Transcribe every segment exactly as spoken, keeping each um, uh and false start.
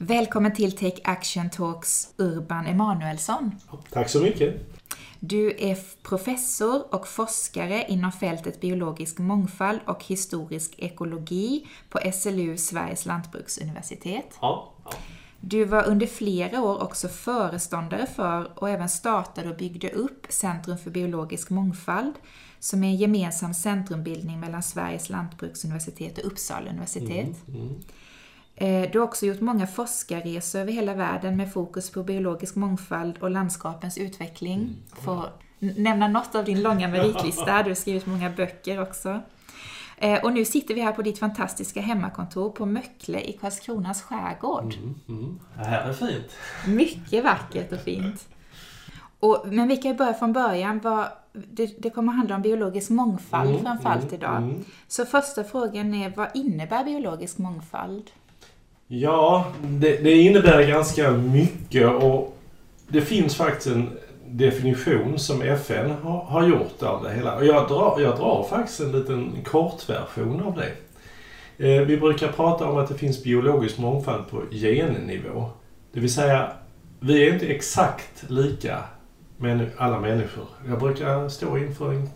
Välkommen till Take Action Talks, Urban Emanuelsson. Tack så mycket. Du är professor och forskare inom fältet biologisk mångfald och historisk ekologi på S L U, Sveriges lantbruksuniversitet. Ja, ja. Du var under flera år också föreståndare för och även startade och byggde upp Centrum för biologisk mångfald, som är en gemensam centrumbildning mellan Sveriges lantbruksuniversitet och Uppsala universitet. Mm, mm. Du har också gjort många forskarresor över hela världen med fokus på biologisk mångfald och landskapens utveckling. Mm. För att nämna något av din långa meritlista. Du har skrivit många böcker också. Och nu sitter vi här på ditt fantastiska hemmakontor på Möckle i Karlskronas skärgård. Mm, mm. Det här är fint. Mycket vackert och fint. Och, men vi kan ju börja från början. Vad, det, det kommer att handla om biologisk mångfald mm, framförallt mm, idag. Mm. Så första frågan är, vad innebär biologisk mångfald? Ja, det, det innebär ganska mycket, och det finns faktiskt en definition som F N har, har gjort av det hela. Och jag drar, jag drar faktiskt en liten kortversion av det. Eh, vi brukar prata om att det finns biologisk mångfald på gennivå. Det vill säga, vi är inte exakt lika med alla människor. Jag brukar stå inför en,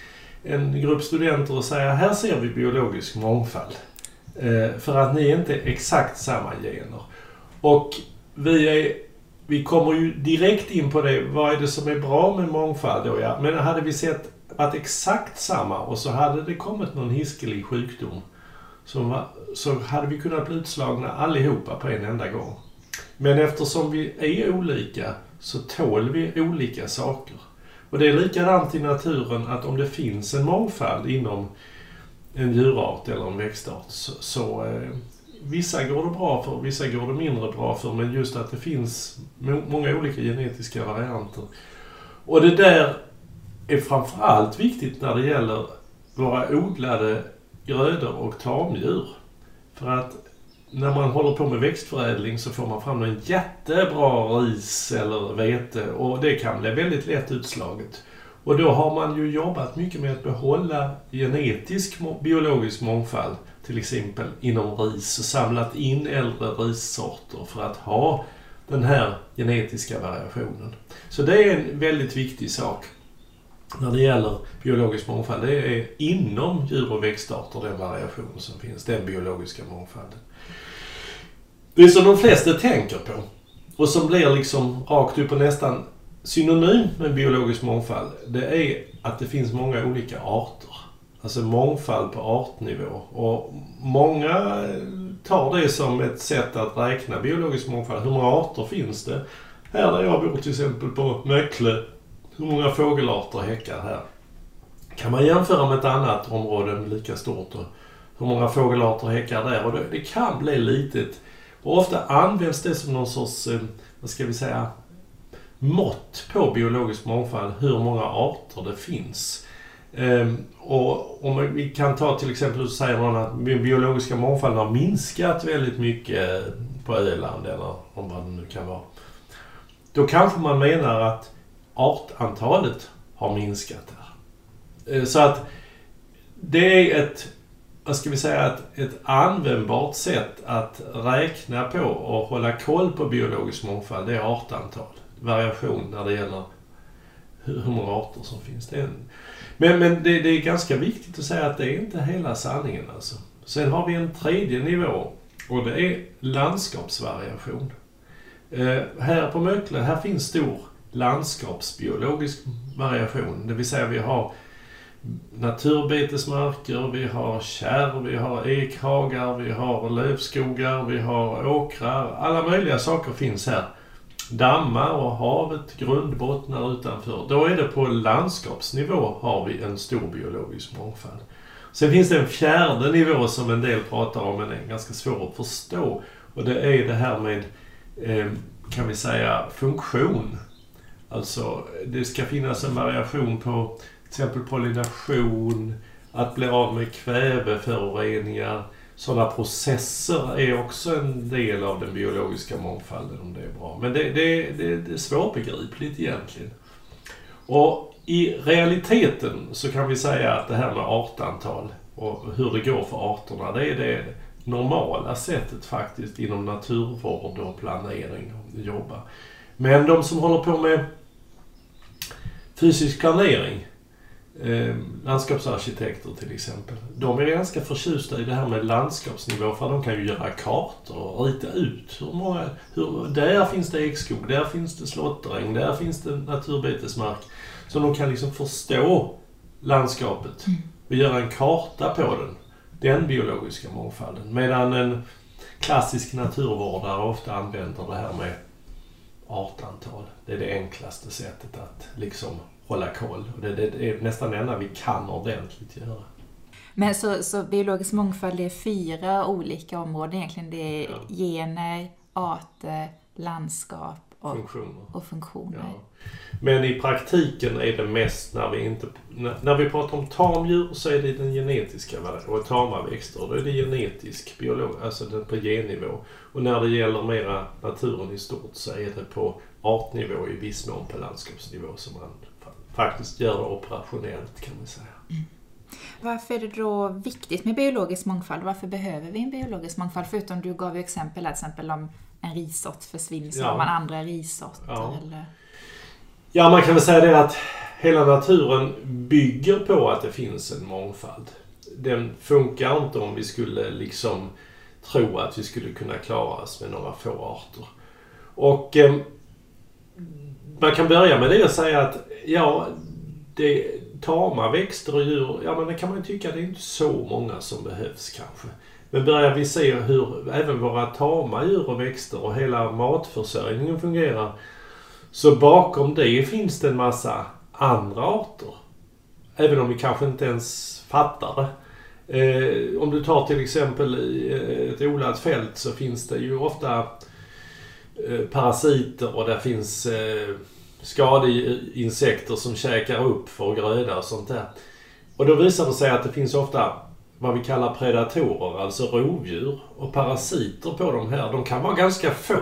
en grupp studenter och säga, här ser vi biologisk mångfald. För att ni är inte exakt samma gener. Och vi, är, vi kommer ju direkt in på det. Vad är det som är bra med mångfald då? Ja, men hade vi sett att exakt samma och så hade det kommit någon hiskelig sjukdom, så, så hade vi kunnat bli utslagna allihopa på en enda gång. Men eftersom vi är olika så tål vi olika saker. Och det är likadant i naturen, att om det finns en mångfald inom en djurart eller en växtart, så, så eh, vissa går det bra för, vissa går det mindre bra för, men just att det finns må- många olika genetiska varianter. Och det där är framförallt viktigt när det gäller våra odlade grödor och tamdjur. För att när man håller på med växtförädling så får man fram en jättebra ris eller vete, och det kan bli väldigt lätt utslaget. Och då har man ju jobbat mycket med att behålla genetisk biologisk mångfald, till exempel inom ris, och samlat in äldre rissorter för att ha den här genetiska variationen. Så det är en väldigt viktig sak när det gäller biologisk mångfald. Det är inom djur- och växtarter den variation som finns, den biologiska mångfalden. Det som de flesta tänker på och som blir liksom rakt upp och nästan synonym med biologisk mångfald, det är att det finns många olika arter. Alltså mångfald på artnivå. Och många tar det som ett sätt att räkna biologisk mångfald. Hur många arter finns det? Här där jag bor till exempel på Möckle, hur många fågelarter häckar här? Kan man jämföra med ett annat område lika stort, och hur många fågelarter häckar där? Och det, det kan bli litet. Och ofta används det som någon sorts, vad ska vi säga, mått på biologisk mångfald, hur många arter det finns. Ehm, och om vi kan ta till exempel, så säger man att den biologiska mångfalden har minskat väldigt mycket på Öland, eller om vad det nu kan vara. Då kanske man menar att artantalet har minskat här. Ehm, så att det är ett, vad ska vi säga, ett, ett användbart sätt att räkna på och hålla koll på biologisk mångfald, det är artantal. Variation när det gäller hur, hur många arter som finns. Det är, men men det, det är ganska viktigt att säga att det är inte hela sanningen. Alltså. Sen har vi en tredje nivå, och det är landskapsvariation. Eh, här på Möckle, här finns stor landskapsbiologisk variation. Det vill säga vi har naturbetesmarker, vi har kärr, vi har ekhagar, vi har lövskogar, vi har åkrar. Alla möjliga saker finns här. Dammar och havet, grundbottnar utanför. Då är det på landskapsnivå har vi en stor biologisk mångfald. Sen finns det en fjärde nivå som en del pratar om, men är ganska svår att förstå. Och det är det här med, eh, kan vi säga, funktion. Alltså det ska finnas en variation på till exempel pollination, att bli av med kväveföroreningar. Sådana processer är också en del av den biologiska mångfalden, om det är bra. Men det, det, det, det är svårbegripligt egentligen. Och i realiteten så kan vi säga att det här med artantal och hur det går för arterna, det är det normala sättet faktiskt inom naturvård och planering att jobba. Men de som håller på med fysisk planering, eh, landskapsarkitekter till exempel, de är ganska förtjusta i det här med landskapsnivå, för de kan ju göra kartor och rita ut hur många, hur, där finns det ekskog, där finns det slåtteräng, där finns det naturbetesmark, så de kan liksom förstå landskapet och göra en karta på den, den biologiska mångfalden, medan en klassisk naturvårdare ofta använder det här med artantal. Det är det enklaste sättet att liksom hålla koll. Och det, det är nästan det enda vi kan ordentligt göra. Men så, så biologisk mångfald, det är fyra olika områden egentligen. Det är ja. gener, arter, landskap och funktioner. Och funktioner. Ja. Men i praktiken är det mest när vi inte... När vi pratar om tamdjur så är det den genetiska och tama växter. Då är det genetisk biolog, alltså det på gennivå. Och när det gäller mera naturen i stort så är det på artnivå, i viss mån på landskapsnivå, som man faktiskt gör operationellt, kan man säga. Mm. Varför är det då viktigt med biologisk mångfald? Varför behöver vi en biologisk mångfald? Förutom du gav ju exempel, till exempel om en risort försvinner så ja. har man andra risorter. Ja. Eller? ja, man kan väl säga det att hela naturen bygger på att det finns en mångfald. Den funkar inte om vi skulle liksom tro att vi skulle kunna klara oss med några få arter. Och eh, man kan börja med det och säga att ja, det tama växter och djur, ja men det kan man ju tycka, det är inte så många som behövs kanske. Men börjar vi se hur även våra tama djur och växter och hela matförsörjningen fungerar, så bakom det finns det en massa andra arter. Även om vi kanske inte ens fattar det. Eh, om du tar till exempel ett odlat fält, så finns det ju ofta eh, parasiter och där finns eh, skadeinsekter som käkar upp för gröda och sånt där. Och då visar det sig att det finns ofta vad vi kallar predatorer, alltså rovdjur, och parasiter på de här. De kan vara ganska få.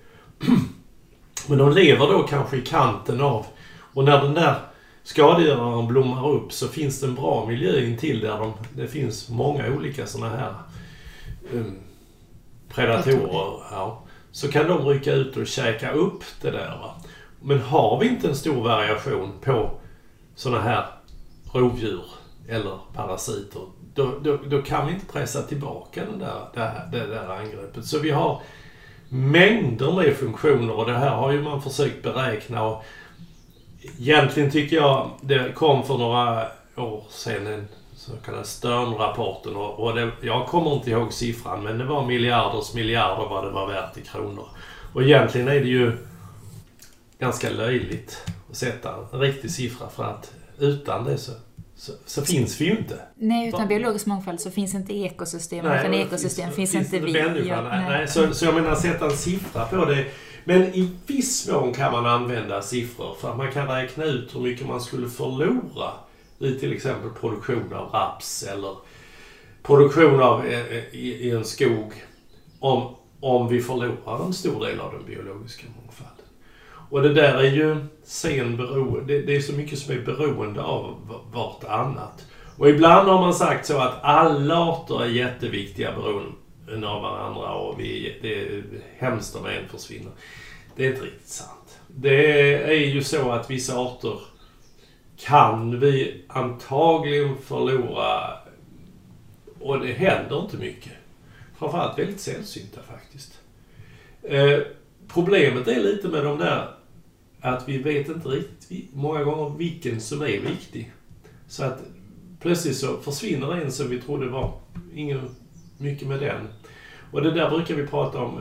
Men de lever då kanske i kanten av, och när den där skadegöraren blommar upp så finns det en bra miljö intill där de, det finns många olika såna här um, predatorer. Ja, så kan de rycka ut och käka upp det där. Va? Men har vi inte en stor variation på såna här rovdjur eller parasiter, då, då, då kan vi inte pressa tillbaka den där, det, det där angreppet. Så vi har mängder med funktioner, och det här har ju man försökt beräkna, och egentligen tycker jag det kom för några år sedan en så kallad Stern-rapporten, och, och det, jag kommer inte ihåg siffran, men det var miljarders miljarder vad det var värt i kronor. Och egentligen är det ju ganska löjligt att sätta en riktig siffra, för att utan det så, så, så finns vi ju inte. Nej, utan biologisk mångfald så finns inte ekosystem, nej, utan ekosystem finns, finns inte vi. Ja, nej. Nej, så, så jag menar, sätta en siffra på det. Men i viss mån kan man använda siffror för att man kan räkna ut hur mycket man skulle förlora i till exempel produktion av raps eller produktion av i, i en skog om, om vi förlorar en stor del av den biologiska mångfalden. Och det där är ju sen beroende, det, det är så mycket som är beroende av vartannat. Och ibland har man sagt så att alla arter är jätteviktiga beroende av varandra, och vi, det är hemskt om en försvinner. Det är inte riktigt sant. Det är ju så att vissa arter kan vi antagligen förlora, och det händer inte mycket. Framförallt väldigt sällsynta faktiskt. Eh, problemet är lite med de där att vi vet inte riktigt många gånger vilken som är viktig. Så att plötsligt så försvinner en som vi trodde var ingen mycket med den. Och det där brukar vi prata om,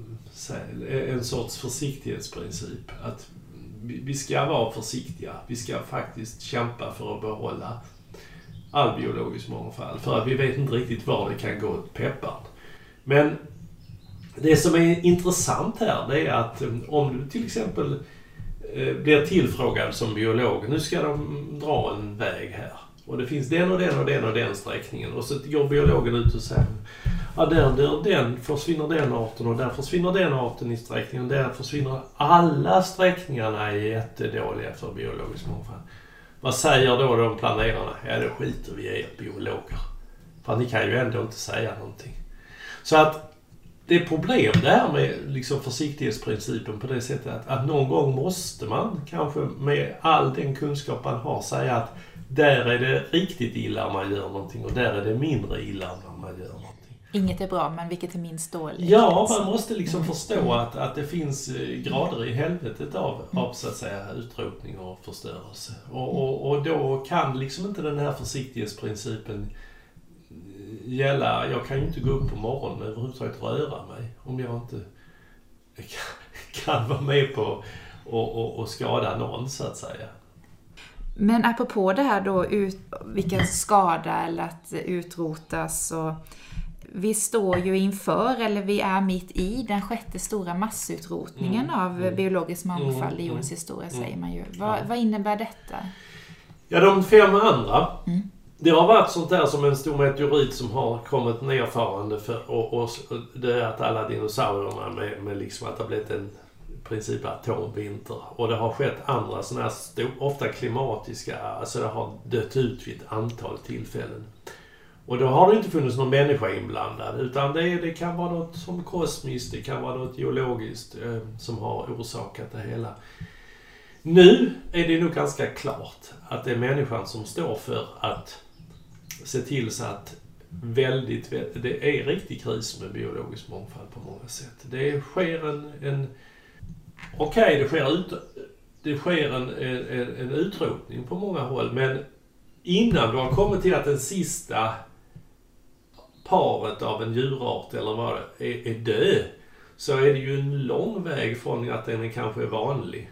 en sorts försiktighetsprincip. Att vi ska vara försiktiga. Vi ska faktiskt kämpa för att behålla all biologisk mångfald. För att vi vet inte riktigt var det kan gå åt pepparn. Men det som är intressant här, det är att om du till exempel blir tillfrågad som biolog, nu ska de dra en väg här. Och det finns den och den och den och den sträckningen. Och så går biologen ut och säger, ja där, där den försvinner den arten och där försvinner den arten i sträckningen. Där försvinner alla sträckningarna, är jättedåliga för biologisk mångfald. Vad säger då de planerarna? Ja, det skiter vi i er biologer. För ni kan ju ändå inte säga någonting. Så att det är problem det här med liksom försiktighetsprincipen på det sättet att, att någon gång måste man kanske med all den kunskap man har säga att där är det riktigt illa om man gör någonting och där är det mindre illa om man gör någonting. Inget är bra, men vilket är minst dåligt? Ja, man måste liksom förstå att, att det finns grader i helvetet av, av så att säga, utrotning och förstörelse. Och, och, och då kan liksom inte den här försiktighetsprincipen gälla. Jag kan ju inte gå upp på morgonen och överhuvudtaget röra mig om jag inte kan, kan vara med på och, och, och skada någon, så att säga. Men apropå det här då, ut, vilken skada eller att utrotas, och vi står ju inför, eller vi är mitt i den sjätte stora massutrotningen mm. av mm. biologisk mångfald mm. i jordens historia, mm. säger man ju. Vad, vad innebär detta? Ja, de fem andra, mm. det har varit sånt där som en stor meteorit som har kommit nerfarande för, och, och det är att alla dinosaurierna med, med liksom att det har blivit en princip atomvinter. Och det har skett andra sådana här stor, ofta klimatiska, alltså det har dött ut vid ett antal tillfällen. Och då har det inte funnits någon människa inblandad, utan det, det kan vara något som kosmiskt, det kan vara något geologiskt eh, som har orsakat det hela. Nu är det nog ganska klart att det är människan som står för att se till så att väldigt, det är riktig kris med biologisk mångfald på många sätt. Det sker en, en okej, okay, det sker, ut, det sker en, en, en utrotning på många håll, men innan du har kommit till att den sista paret av en djurart eller vad det är, är död, så är det ju en lång väg från att den kanske är vanlig.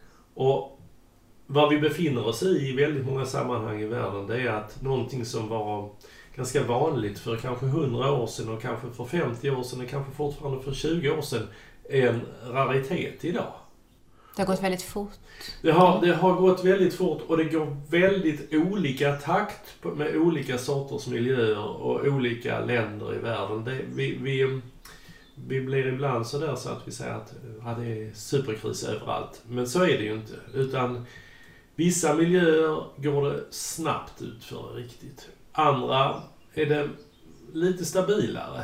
Och vad vi befinner oss i i väldigt många sammanhang i världen, det är att någonting som var ganska vanligt för kanske hundra år sedan och kanske för femtio år sedan och kanske fortfarande för tjugo år sedan är en raritet idag. Det har gått väldigt fort. Det har, det har gått väldigt fort och det går väldigt olika takt med olika sorters miljöer och olika länder i världen. Det, vi, vi, vi blir ibland så där så att vi säger att ja, det är superkris överallt. Men så är det ju inte. Utan vissa miljöer går det snabbt ut för riktigt. Andra är det lite stabilare.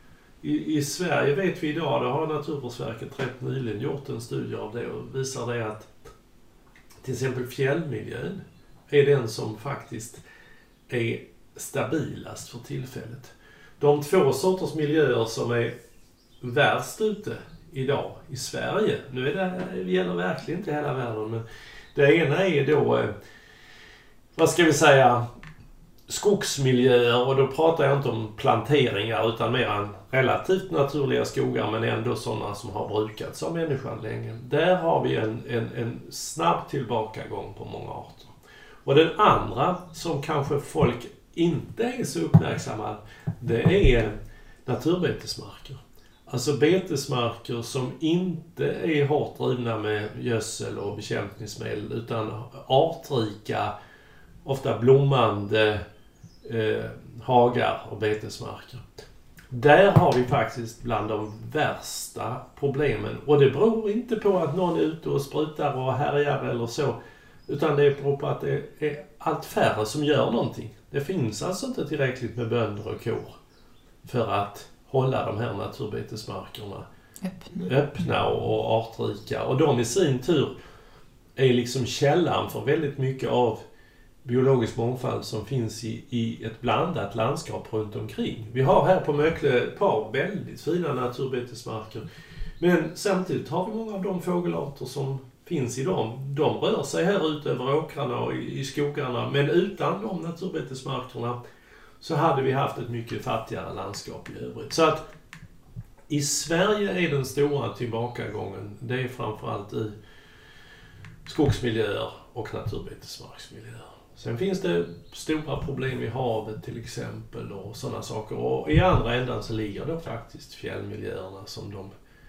I, I Sverige vet vi idag, det har Naturvårdsverket rätt nyligen gjort en studie av det och visar det att till exempel fjällmiljön är den som faktiskt är stabilast för tillfället. De två sorters miljöer som är värst ute idag i Sverige, nu är det, det gäller verkligen inte hela världen, men det ena är då, vad ska vi säga, skogsmiljöer, och då pratar jag inte om planteringar utan mer än relativt naturliga skogar men ändå sådana som har brukats av människan länge. Där har vi en, en, en snabb tillbakagång på många arter. Och den andra som kanske folk inte är så uppmärksamma, det är naturbetesmarker. Alltså betesmarker som inte är hårt drivna med gödsel och bekämpningsmedel utan artrika, ofta blommande eh, hagar och betesmarker. Där har vi faktiskt bland de värsta problemen. Och det beror inte på att någon är ute och sprutar och härjar eller så. Utan det beror på att det är allt färre som gör någonting. Det finns alltså inte tillräckligt med bönder och kor för att hålla de här naturbetesmarkerna öppna, öppna och artrika. Och de i sin tur är liksom källan för väldigt mycket av biologisk mångfald som finns i, i ett blandat landskap runt omkring. Vi har här på Möckle ett par väldigt fina naturbetesmarker. Men samtidigt har vi många av de fågelarter som finns i dem. De rör sig här ut över åkrarna och i, i skogarna. Men utan de naturbetesmarkerna så hade vi haft ett mycket fattigare landskap i övrigt. Så att i Sverige är den stora tillbakagången, det är framförallt i skogsmiljöer och naturbetesmarksmiljöer. Sen finns det stora problem i havet till exempel och sådana saker. Och i andra ändan så ligger då faktiskt fjällmiljöerna som de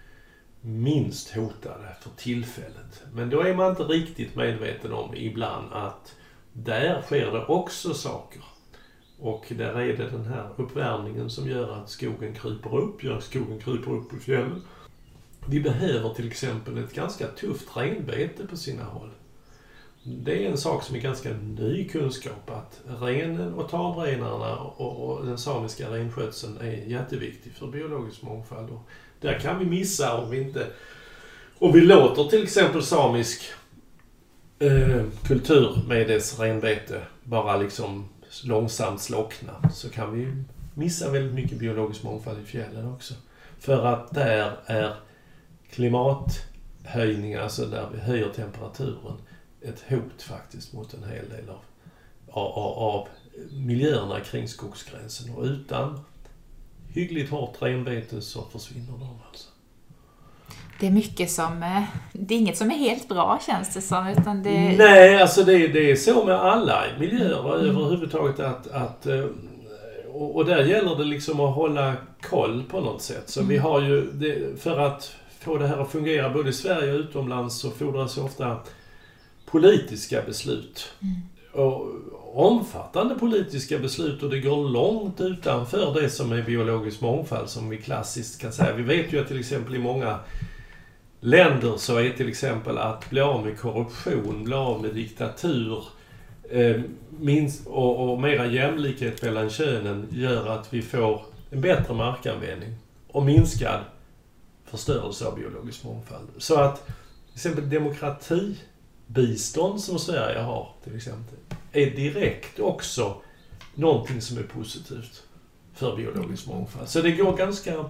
minst hotade för tillfället. Men då är man inte riktigt medveten om ibland att där sker det också saker. Och där är det den här uppvärmningen som gör att skogen kryper upp, gör skogen kryper upp på fjällen. Vi behöver till exempel ett ganska tufft renbete på sina håll. det är en sak som är ganska ny kunskap, att renen och tamrenarna och, och den samiska renskötseln är jätteviktig för biologisk mångfald. Och där kan vi missa om vi inte, om vi låter till exempel samisk eh, kultur med dess renbete bara liksom långsamt slockna, så kan vi missa väldigt mycket biologisk mångfald i fjällen också. För att där är klimathöjningar, alltså där vi höjer temperaturen, ett hot faktiskt mot en hel del av, av, av miljöerna kring skogsgränsen. Och utan hyggligt hårt renbete så försvinner de alltså. Det är mycket som, det är inget som är helt bra, känns det som, utan det... Nej, alltså det, det är så med alla miljöer mm. överhuvudtaget att, att och, och där gäller det liksom att hålla koll på något sätt. Så mm. vi har ju, det, för att få det här att fungera både i Sverige och utomlands, så fordras ofta politiska beslut. Mm. Och omfattande politiska beslut, och det går långt utanför det som är biologisk mångfald, som vi klassiskt kan säga. Vi vet ju att till exempel i många länder så är till exempel att bli av med korruption, bli av med diktatur eh, minst, och, och mera jämlikhet mellan könen gör att vi får en bättre markanvändning och minskad förstörelse av biologisk mångfald. Så att till exempel demokratibistånd som Sverige har till exempel är direkt också någonting som är positivt för biologisk mångfald. Så det går ganska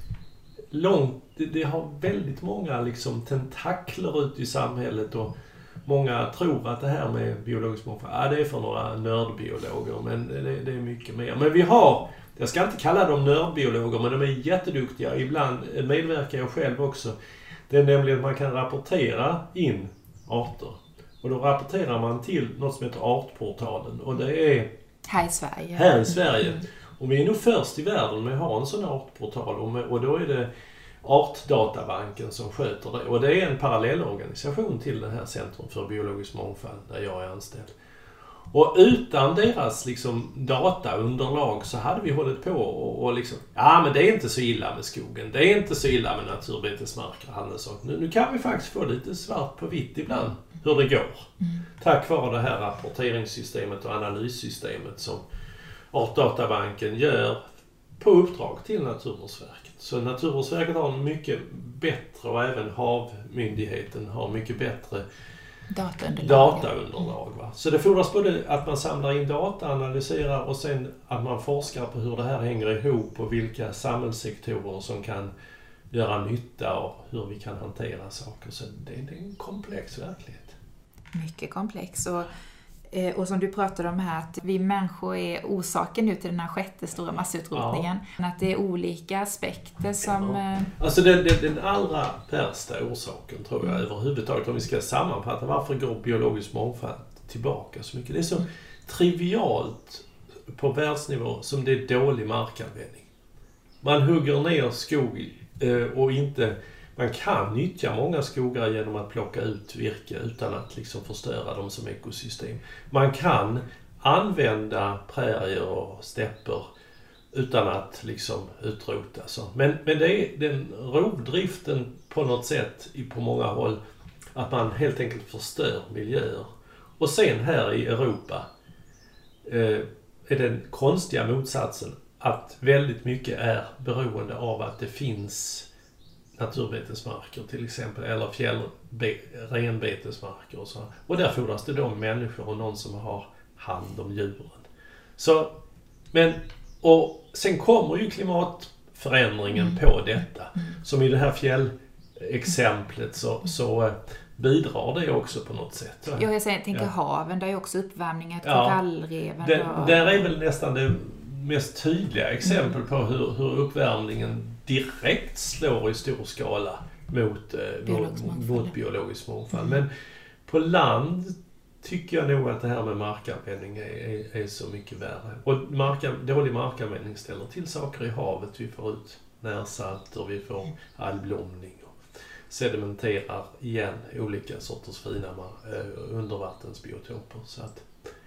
långt, det, det har väldigt många liksom tentakler ut i samhället, och många tror att det här med biologisk mångfald, ja, det är för några nördbiologer, men det, det är mycket mer. Men vi har, jag ska inte kalla dem nördbiologer, men de är jätteduktiga. Ibland medverkar jag själv också. Det är nämligen att man kan rapportera in arter. Och då rapporterar man till något som heter Artportalen. Och det är här i Sverige. Här i Sverige. Mm. Och vi är nog först i världen med att ha en sån artportal. Och, med, och då är det Artdatabanken som sköter det. Och det är en parallellorganisation till det här Centrum för biologisk mångfald där jag är anställd. Och utan deras liksom dataunderlag så hade vi hållit på och, och liksom, ja men det är inte så illa med skogen, det är inte så illa med naturbetesmarker. Nu, nu kan vi faktiskt få lite svart på vitt ibland hur det går. Mm. Tack vare det här rapporteringssystemet och analyssystemet som Artdatabanken gör på uppdrag till Naturvårdsverket. Så Naturvårdsverket har en mycket bättre, och även Havmyndigheten har mycket bättre dataunderlag. dataunderlag va? Så det fordras både att man samlar in data, analyserar, och sen att man forskar på hur det här hänger ihop och vilka samhällssektorer som kan göra nytta och hur vi kan hantera saker. Så det, det är en komplex verklighet. Mycket komplex. Och, och som du pratade om här, att vi människor är orsaken nu till den här sjätte stora massutrotningen. Ja. Att det är olika aspekter som... Ja. Alltså den, den, den allra värsta orsaken tror jag överhuvudtaget, om vi ska sammanfatta varför går biologisk mångfald tillbaka så mycket. Det är så mm. trivialt på världsnivå som det är dålig markanvändning. Man hugger ner skog och inte... Man kan nyttja många skogar genom att plocka ut virke utan att liksom förstöra dem som ekosystem. Man kan använda prärier och stäpper utan att liksom utrota. Så. Men, men det är den rovdriften på något sätt på många håll, att man helt enkelt förstör miljöer. Och sen här i Europa eh, är den konstiga motsatsen att väldigt mycket är beroende av att det finns naturbetesmarker till exempel, eller fjällrenbetesmarker och så. Och där fordras det då människor och någon som har hand om djuren. Så, men, och sen kommer ju klimatförändringen mm. på detta. Mm. Som i det här fjällexemplet så, så bidrar det också på något sätt. Ja, jag säger, tänker ja. haven, där är också uppvärmningen, korallreven. Ja, där, där är väl nästan det mest tydliga exempel mm. på hur, hur uppvärmningen direkt slår i stor skala mot, eh, biologisk mot, mot biologisk mångfald. Mm. Men på land tycker jag nog att det här med markanvändning är, är, är så mycket värre. Och marka, dålig markanvändning ställer till saker i havet. Vi får ut närsalter, vi får algblomning och sedimenterar igen olika sorters fina eh, undervattensbiotoper. Så att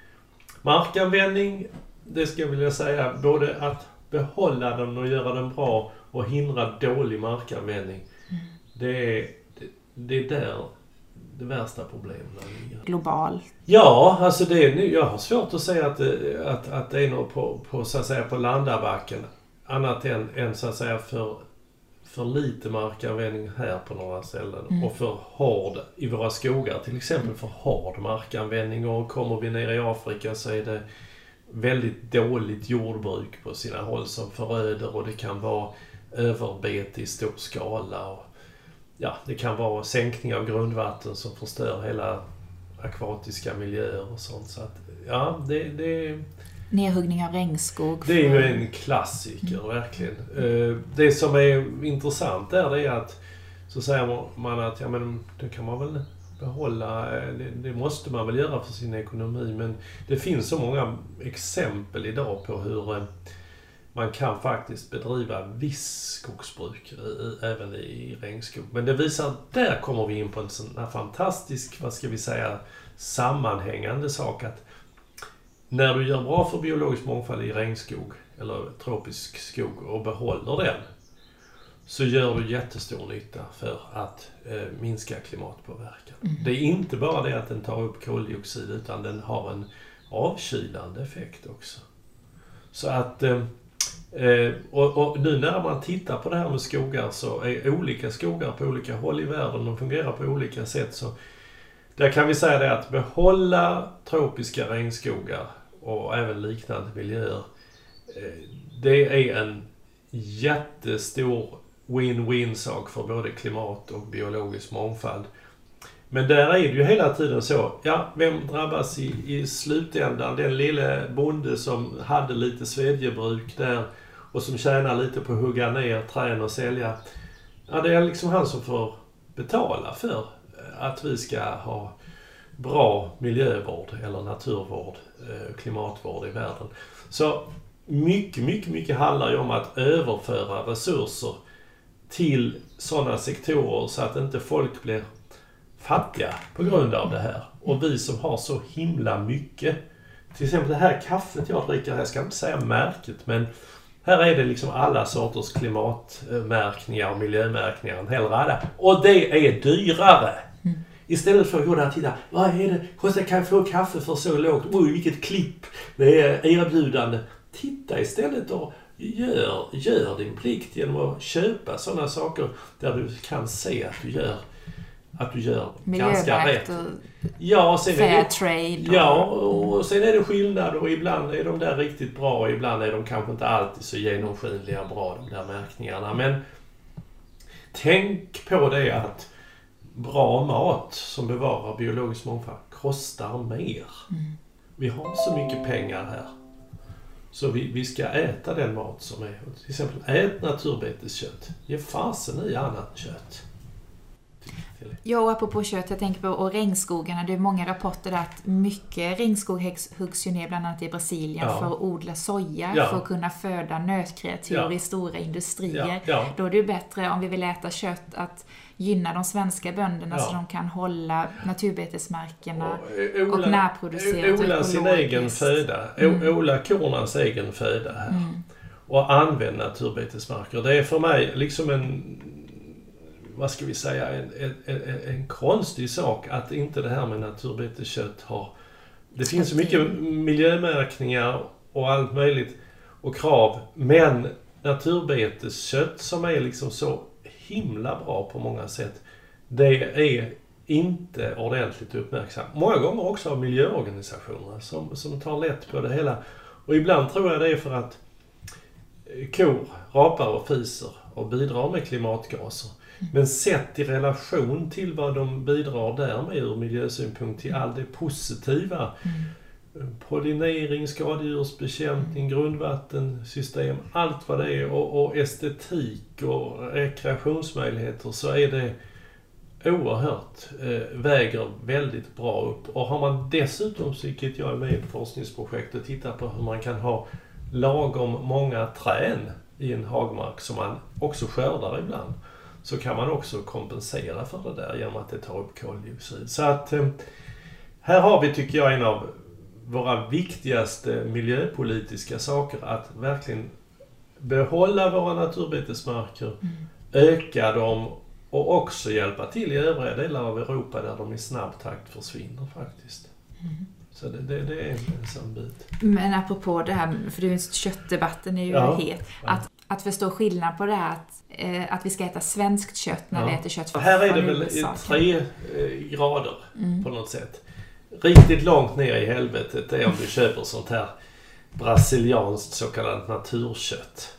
markanvändning, det ska jag vilja säga, både att behålla den och göra den bra och hindra dålig markanvändning. Mm. Det, är, det, det är där det värsta problemet ligger. Globalt? Ja, alltså det är, jag har svårt att säga att, att, att det är något på, på, så att säga, på landabacken. Annat än, än så att säga för, för lite markanvändning här på några ställen. Mm. Och för hård i våra skogar. Till exempel för hård markanvändning. Och kommer vi ner i Afrika så är det väldigt dåligt jordbruk på sina håll som föröder. Och det kan vara överbete i stor skala. Och ja, det kan vara sänkning av grundvatten som förstör hela akvatiska miljöer och sånt. Så att, ja, det, det nedhuggning av regnskog. Det är ju en klassiker, mm. verkligen. Det som är intressant där det är att så säger man att ja, men det kan man väl behålla, det, det måste man väl göra för sin ekonomi, men det finns så många exempel idag på hur man kan faktiskt bedriva viss skogsbruk även i regnskog. Men det visar, där kommer vi in på en sån här fantastisk, vad ska vi säga, sammanhängande sak att när du gör bra för biologisk mångfald i regnskog eller tropisk skog och behåller den, så gör du jättestor nytta för att eh, minska klimatpåverkan. Mm. Det är inte bara det att den tar upp koldioxid, utan den har en avkylande effekt också. Så att eh, och, och nu när man tittar på det här med skogar, så är olika skogar på olika håll i världen, de fungerar på olika sätt. Så där kan vi säga det att behålla tropiska regnskogar och även liknande miljöer, det är en jättestor win-win sak för både klimat och biologisk mångfald. Men där är det ju hela tiden så, ja, vem drabbas i, i slutändan? Den lille bonde som hade lite svedjebruk där och som tjänar lite på att hugga ner träd och sälja. Ja, det är liksom han som får betala för att vi ska ha bra miljövård eller naturvård, klimatvård i världen. Så mycket, mycket, mycket handlar ju om att överföra resurser till sådana sektorer så att inte folk blir fattiga på grund av det här. Och vi som har så himla mycket, till exempel det här kaffet jag dricker, jag ska inte säga märket, men här är det liksom alla sorters klimatmärkningar och miljömärkningar, en hel rada. Och det är dyrare. Mm. Istället för att gå där och titta, vad är det? Kostar kan jag få kaffe för så lågt? Oj, vilket klipp. Det är erbjudande. Titta istället och gör, gör din plikt genom att köpa sådana saker där du kan se att du gör att du gör ganska rätt. Ja, sen fair är det, trade. Och, ja, och sen är det skillnad och ibland är de där riktigt bra och ibland är de kanske inte alltid så genomskinliga bra, de där märkningarna. Men tänk på det att bra mat som bevarar biologisk mångfald kostar mer. Mm. Vi har så mycket pengar här. Så vi, vi ska äta den mat som är. Till exempel ät naturbeteskött. Ge fasen i annat kött. Ja, och apropå kött, jag tänker på och regnskogarna. Det är många rapporter där att mycket regnskog huggs ju ner bland annat i Brasilien ja. för att odla soja, ja. för att kunna föda nötkreatur ja. i stora industrier. Ja. Ja. Då är det ju bättre, om vi vill äta kött, att gynna de svenska bönderna ja. så de kan hålla naturbetesmarkerna och, odla, och närproducera. Odla sin egen föda. Mm. Odla kornas egen föda här. Mm. Och använda naturbetesmarker. Det är för mig liksom en, vad ska vi säga, en, en, en, en konstig sak att inte det här med naturbeteskött har. Det finns så mycket miljömärkningar och allt möjligt och krav, men naturbeteskött som är liksom så himla bra på många sätt, det är inte ordentligt uppmärksamt. Många gånger också av miljöorganisationer som, som tar lätt på det hela. Och ibland tror jag det är för att kor rapar och fiser och bidrar med klimatgaser. Men sett i relation till vad de bidrar där med ur miljösynpunkt till all det positiva, mm. pollinering, skadedjursbekämpning, grundvattensystem, allt vad det är och, och estetik och rekreationsmöjligheter, så är det oerhört, eh, väger väldigt bra upp. Och har man dessutom, vilket jag är med i ett forskningsprojekt, och tittar på hur man kan ha lagom många träd i en hagmark som man också skördar ibland, så kan man också kompensera för det där genom att det tar upp koldioxid. Så att här har vi, tycker jag, en av våra viktigaste miljöpolitiska saker, att verkligen behålla våra naturbetesmarker, mm. öka dem och också hjälpa till i övriga delar av Europa där de i snabb takt försvinner faktiskt. Mm. Så det, det, det är en sån bit. Men apropå det här, för det är ju köttdebatten är ju ja. het, att, att förstå skillnad på det här att, eh, att vi ska äta svenskt kött när ja. vi äter kött från här är det väl i tre eh, grader mm. på något sätt. Riktigt långt ner i helvetet är om du köper sånt här brasilianskt så kallat naturkött.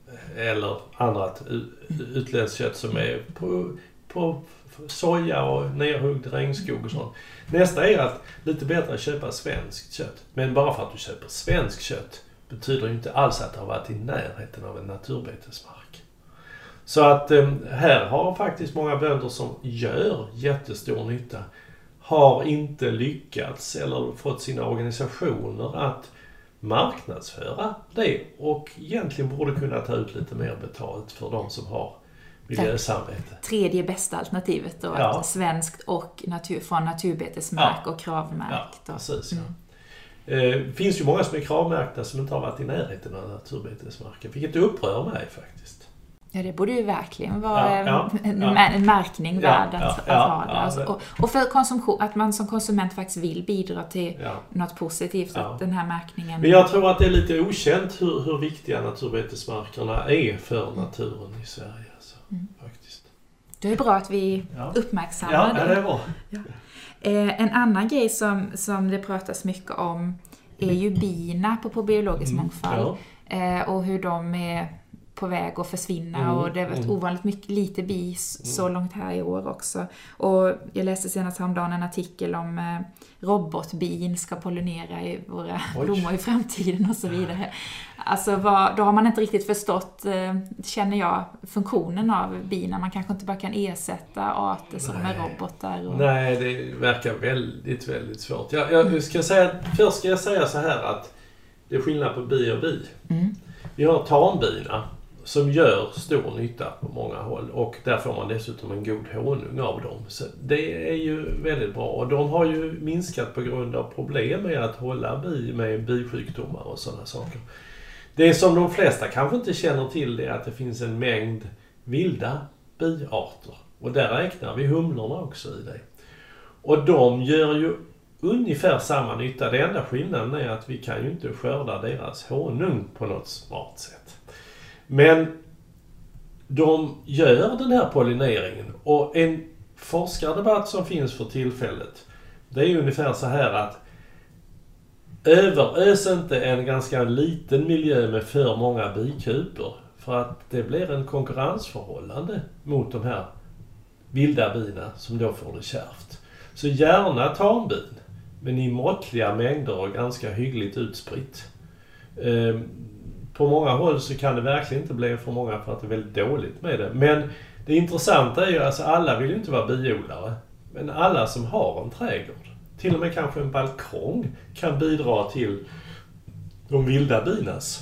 Eller annat utländskt kött som är på, på soja och nerhuggd regnskog och sånt. Nästa är att lite bättre att köpa svenskt kött. Men bara för att du köper svenskt kött betyder ju inte alls att det har varit i närheten av en naturbetesmark. Så att här har faktiskt många bönder som gör jättestor nytta har inte lyckats eller fått sina organisationer att marknadsföra det och egentligen borde kunna ta ut lite mer betalt för de som har miljösamvete. Tredje bästa alternativet då, ja. att svenskt och natur, från naturbetesmark ja. och kravmärkt. Ja, precis. Mm. Ja. Det finns ju många som är kravmärkta som inte har varit i närheten av naturbetesmarken, vilket upprör mig faktiskt. Ja, det borde ju verkligen vara ja, ja, en, ja. en märkning värd ja, att, ja, att ha det. Ja, alltså, och, och för konsumtion, att man som konsument faktiskt vill bidra till ja. något positivt, ja. att den här märkningen... Men jag tror att det är lite okänt hur, hur viktiga naturbetesmarkerna är för naturen i Sverige. Alltså, mm. faktiskt. Det är bra att vi ja. uppmärksammar ja, det. Ja, det är bra. Ja. Eh, en annan grej som, som det pratas mycket om är ju bina på, på biologisk mm. mångfald. Ja. Eh, och hur de är på väg att försvinna mm, och det har varit mm. ovanligt mycket, lite bis mm. så långt här i år också. Och jag läste senast häromdagen en artikel om eh, robotbin ska pollinera i våra Oj. blommor i framtiden och så vidare. Alltså vad, då har man inte riktigt förstått, eh, känner jag, funktionen av bina. Man kanske inte bara kan ersätta arter som är robotar. Och... Nej, det verkar väldigt, väldigt svårt. Jag, jag ska säga, först ska jag säga så här att det är skillnad på bi och bi. Mm. Vi har tambina som gör stor nytta på många håll och där får man dessutom en god honung av dem. Så det är ju väldigt bra och de har ju minskat på grund av problem med att hålla bi med bisjukdomar och sådana saker. Det som de flesta kanske inte känner till är att det finns en mängd vilda biarter och där räknar vi humlorna också i det. Och de gör ju ungefär samma nytta. Det enda skillnaden är att vi kan ju inte skörda deras honung på något smart sätt. Men de gör den här pollineringen och en forskardebatt som finns för tillfället det är ungefär så här att överös inte en ganska liten miljö med för många bikuper för att det blir en konkurrensförhållande mot de här vilda bina som då får det kärvt. Så gärna tambin men i måttliga mängder och ganska hyggligt utspritt. Ehm, På många håll så kan det verkligen inte bli för många för att det är väldigt dåligt med det. Men det intressanta är ju att alltså, alla vill ju inte vara biodlare. Men alla som har en trädgård, till och med kanske en balkong, kan bidra till de vilda binas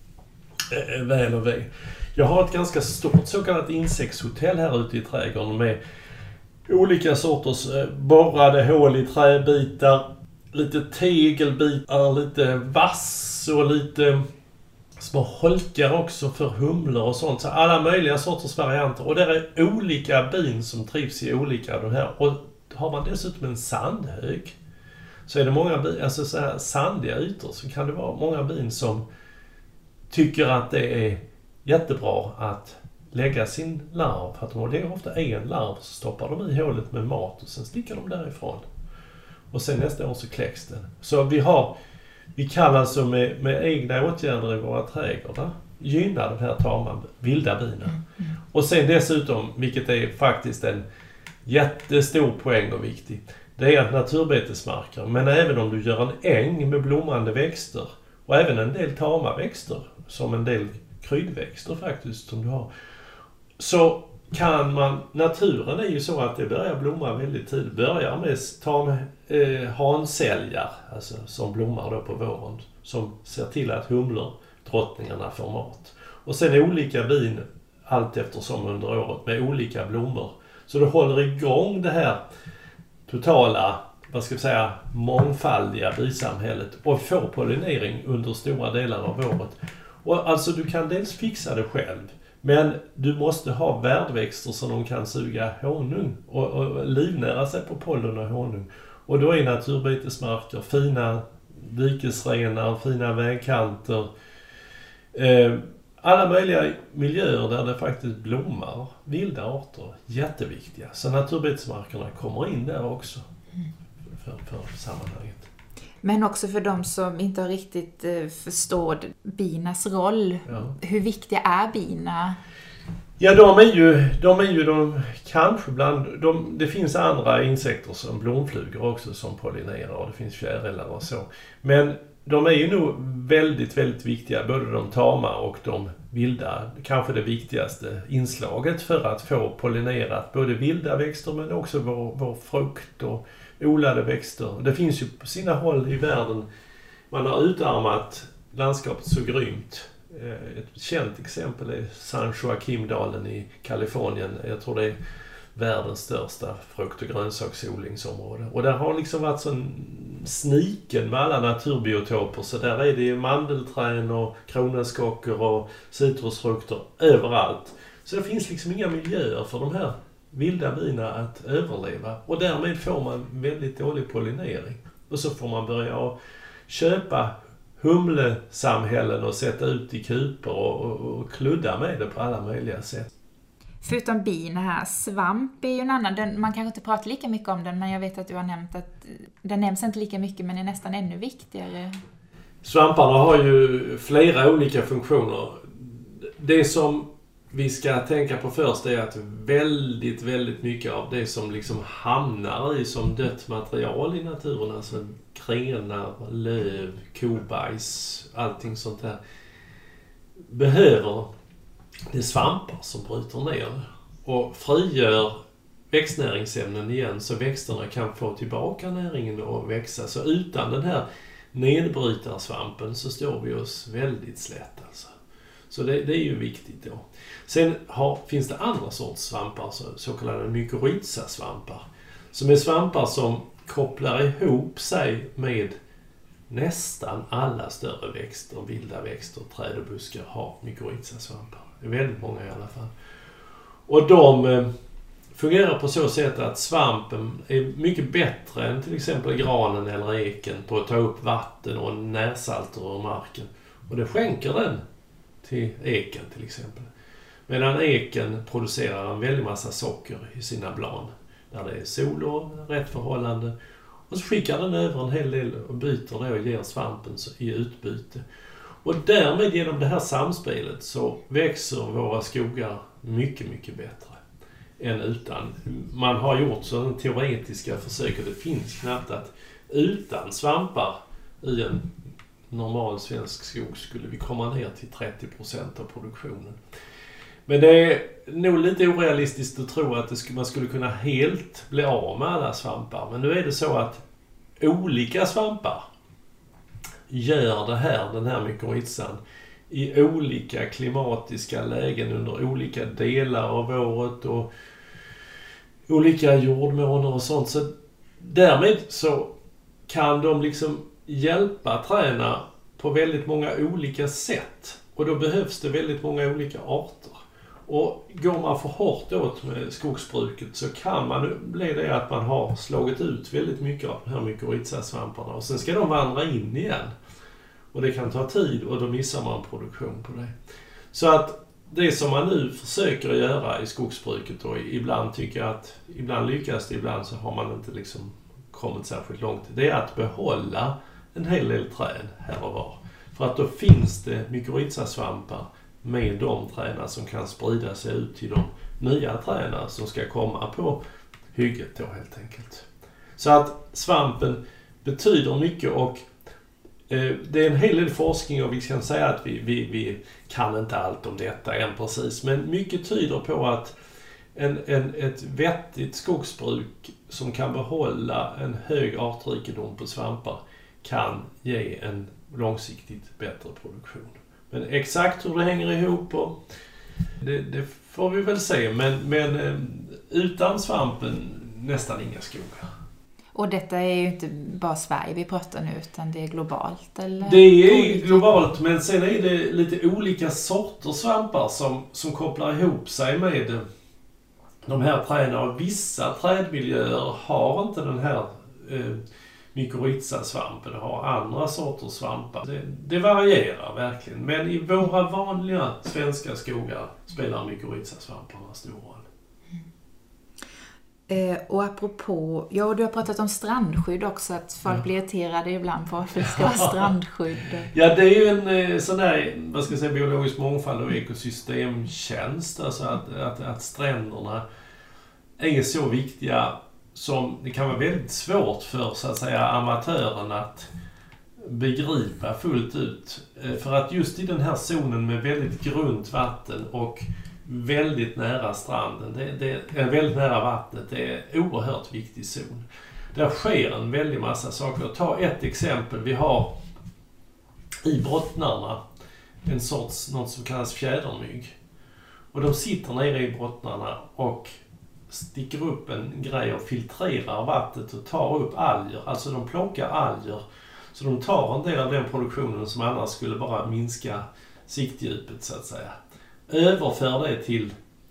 äh, väl och ve. Jag har ett ganska stort så kallat insektshotell här ute i trädgården med olika sorters äh, borrade hål i träbitar, lite tegelbitar, lite vass och lite... små holkar också för humlor och sånt. Så alla möjliga sorters varianter. Och det är olika bin som trivs i olika av de här. Och har man dessutom en sandhög så är det många bin, alltså så här sandiga ytor så kan det vara många bin som tycker att det är jättebra att lägga sin larv. För att om det är ofta en larv så stoppar de i hålet med mat och sen sticker de därifrån. Och sen nästa år så kläcks den. Så vi har Vi kan alltså med, med egna åtgärder i våra trädgårdar gynna den här tama vilda bina. Mm, mm. Och sen dessutom, vilket är faktiskt en jättestor poäng och viktig, det är att naturbetesmarker, men även om du gör en äng med blommande växter och även en del tama växter, som en del kryddväxter faktiskt som du har, så kan man, naturen är ju så att det börjar blomma väldigt tidigt. Börjar med tam, eh, hansäljar, alltså som blommar då på våren, som ser till att humlor, drottningarna får mat. Och sen olika bin allt eftersom under året med olika blommor. Så det håller igång det här totala, vad ska jag säga, mångfaldiga bisamhället och får pollinering under stora delar av året. Och alltså du kan dels fixa det själv, Men du måste ha värdväxter som de kan suga honung och, och livnära sig på pollen och honung. Och då är naturbetesmarker, fina dikesrenar, fina vägkanter, eh, alla möjliga miljöer där det faktiskt blommar vilda arter, jätteviktiga. Så naturbetesmarkerna kommer in där också för, för sammanhanget. Men också för de som inte har riktigt eh, förstår binas roll. Ja. Hur viktiga är bina? Ja, de är ju de, är ju de kanske bland... De, det finns andra insekter som blomflugor också som pollinerar och det finns fjärilar och så. Men de är ju nog väldigt, väldigt viktiga, både de tama och de vilda. Kanske det viktigaste inslaget för att få pollinerat både vilda växter men också vår, vår frukt och odlade växter. Det finns ju på sina håll i världen, man har utarmat landskapet så grymt. Ett känt exempel är San Joaquin-dalen i Kalifornien. Jag tror det är världens största frukt- och grönsaksodlingsområde. Och där har liksom varit sån sniken med alla naturbiotoper. Så där är det mandelträd och kronärtskockor och citrusfrukter överallt. Så det finns liksom inga miljöer för de här vilda bina att överleva. Och därmed får man väldigt dålig pollinering. Och så får man börja köpa humlesamhällen och sätta ut i kuper och, och, och kludda med det på alla möjliga sätt. Förutom bina här, svamp är ju en annan. Den, man kanske inte pratar lika mycket om den, men jag vet att du har nämnt att den nämns inte lika mycket men är nästan ännu viktigare. Svamparna har ju flera olika funktioner. Det som vi ska tänka på först är att väldigt, väldigt mycket av det som liksom hamnar i som dött material i naturen, alltså grenar, löv, kobajs, allting sånt där, behöver det svampar som bryter ner och frigör växtnäringsämnen igen så växterna kan få tillbaka näringen och växa. Så utan den här nedbrytarsvampen så står vi oss väldigt slätt alltså. Så det, det är ju viktigt då. Sen har, finns det andra sorts svampar, så, så kallade mykorrhizasvampar, som är svampar som kopplar ihop sig med nästan alla större växter, vilda växter, träd och buskar har mykorrhizasvampar. Det är väldigt många i alla fall. Och de eh, fungerar på så sätt att svampen är mycket bättre än till exempel granen eller eken på att ta upp vatten och närsalter ur marken. Och det skänker den till eken till exempel. Medan eken producerar en väldig massa socker i sina blad där det är sol och rätt förhållande. Och så skickar den över en hel del och byter det och ger svampen i utbyte. Och därmed genom det här samspelet så växer våra skogar mycket, mycket bättre än utan. Man har gjort sådana teoretiska försök och det finns knappt att utan svampar i en normal svensk skog skulle vi komma ner till trettio procent av produktionen. Men det är nog lite orealistiskt att tro att det skulle, man skulle kunna helt bli av med alla svampar. Men nu är det så att olika svampar gör det här, den här mykorrhizan, i olika klimatiska lägen under olika delar av året och olika jordmåner och sånt. Så därmed så kan de liksom hjälpa träna på väldigt många olika sätt. Och då behövs det väldigt många olika arter. Och går man för hårt åt med skogsbruket så kan man bli det att man har slagit ut väldigt mycket av de här mykorrhizasvamparna. Och sen ska de vandra in igen. Och det kan ta tid och då missar man produktion på det. Så att det som man nu försöker göra i skogsbruket och ibland tycker att, ibland lyckas det, ibland så har man inte liksom kommit särskilt långt. Det är att behålla en hel del träd här och var. För att då finns det mykorrhizasvampar med de träden som kan sprida sig ut till de nya träden som ska komma på hygget då helt enkelt. Så att svampen betyder mycket och eh, det är en hel del forskning och vi kan säga att vi, vi, vi kan inte allt om detta än precis. Men mycket tyder på att en, en, ett vettigt skogsbruk som kan behålla en hög artrikedom på svampar kan ge en långsiktigt bättre produktion. Men exakt hur det hänger ihop och det, det får vi väl se. Men, men utan svampen nästan inga skogar. Och detta är ju inte bara Sverige vi pratar nu, utan det är globalt, eller? Det är globalt, men sen är det lite olika sorter svampar som, som kopplar ihop sig med de här träden. Och vissa trädmiljöer har inte den här eh, mykorrhizasvampen, det har andra sorters svampar. Det, det varierar verkligen, men i våra vanliga svenska skogar spelar mykorrhizasvamparna stor roll. Eh, och apropå, ja, du har pratat om strandskydd också, att folk ja. blir irriterade ibland på varför det ska vara strandskydd. Ja, det är ju en eh, sån där, vad ska jag säga, biologisk mångfald och ekosystemtjänst, alltså att, att, att stränderna är så viktiga som det kan vara väldigt svårt för, så att säga, amatören att begripa fullt ut. För att just i den här zonen med väldigt grunt vatten och väldigt nära stranden, det, det är väldigt nära vattnet, det är en oerhört viktig zon. Där sker en väldigt massa saker. Ta ett exempel, vi har i bottnarna en sorts, något som kallas fjädermygg. Och de sitter nere i bottnarna och sticker upp en grej och filtrerar vattnet och tar upp alger. Alltså de plockar alger. Så de tar en del av den produktionen som annars skulle bara minska siktdjupet, så att säga. Överför det till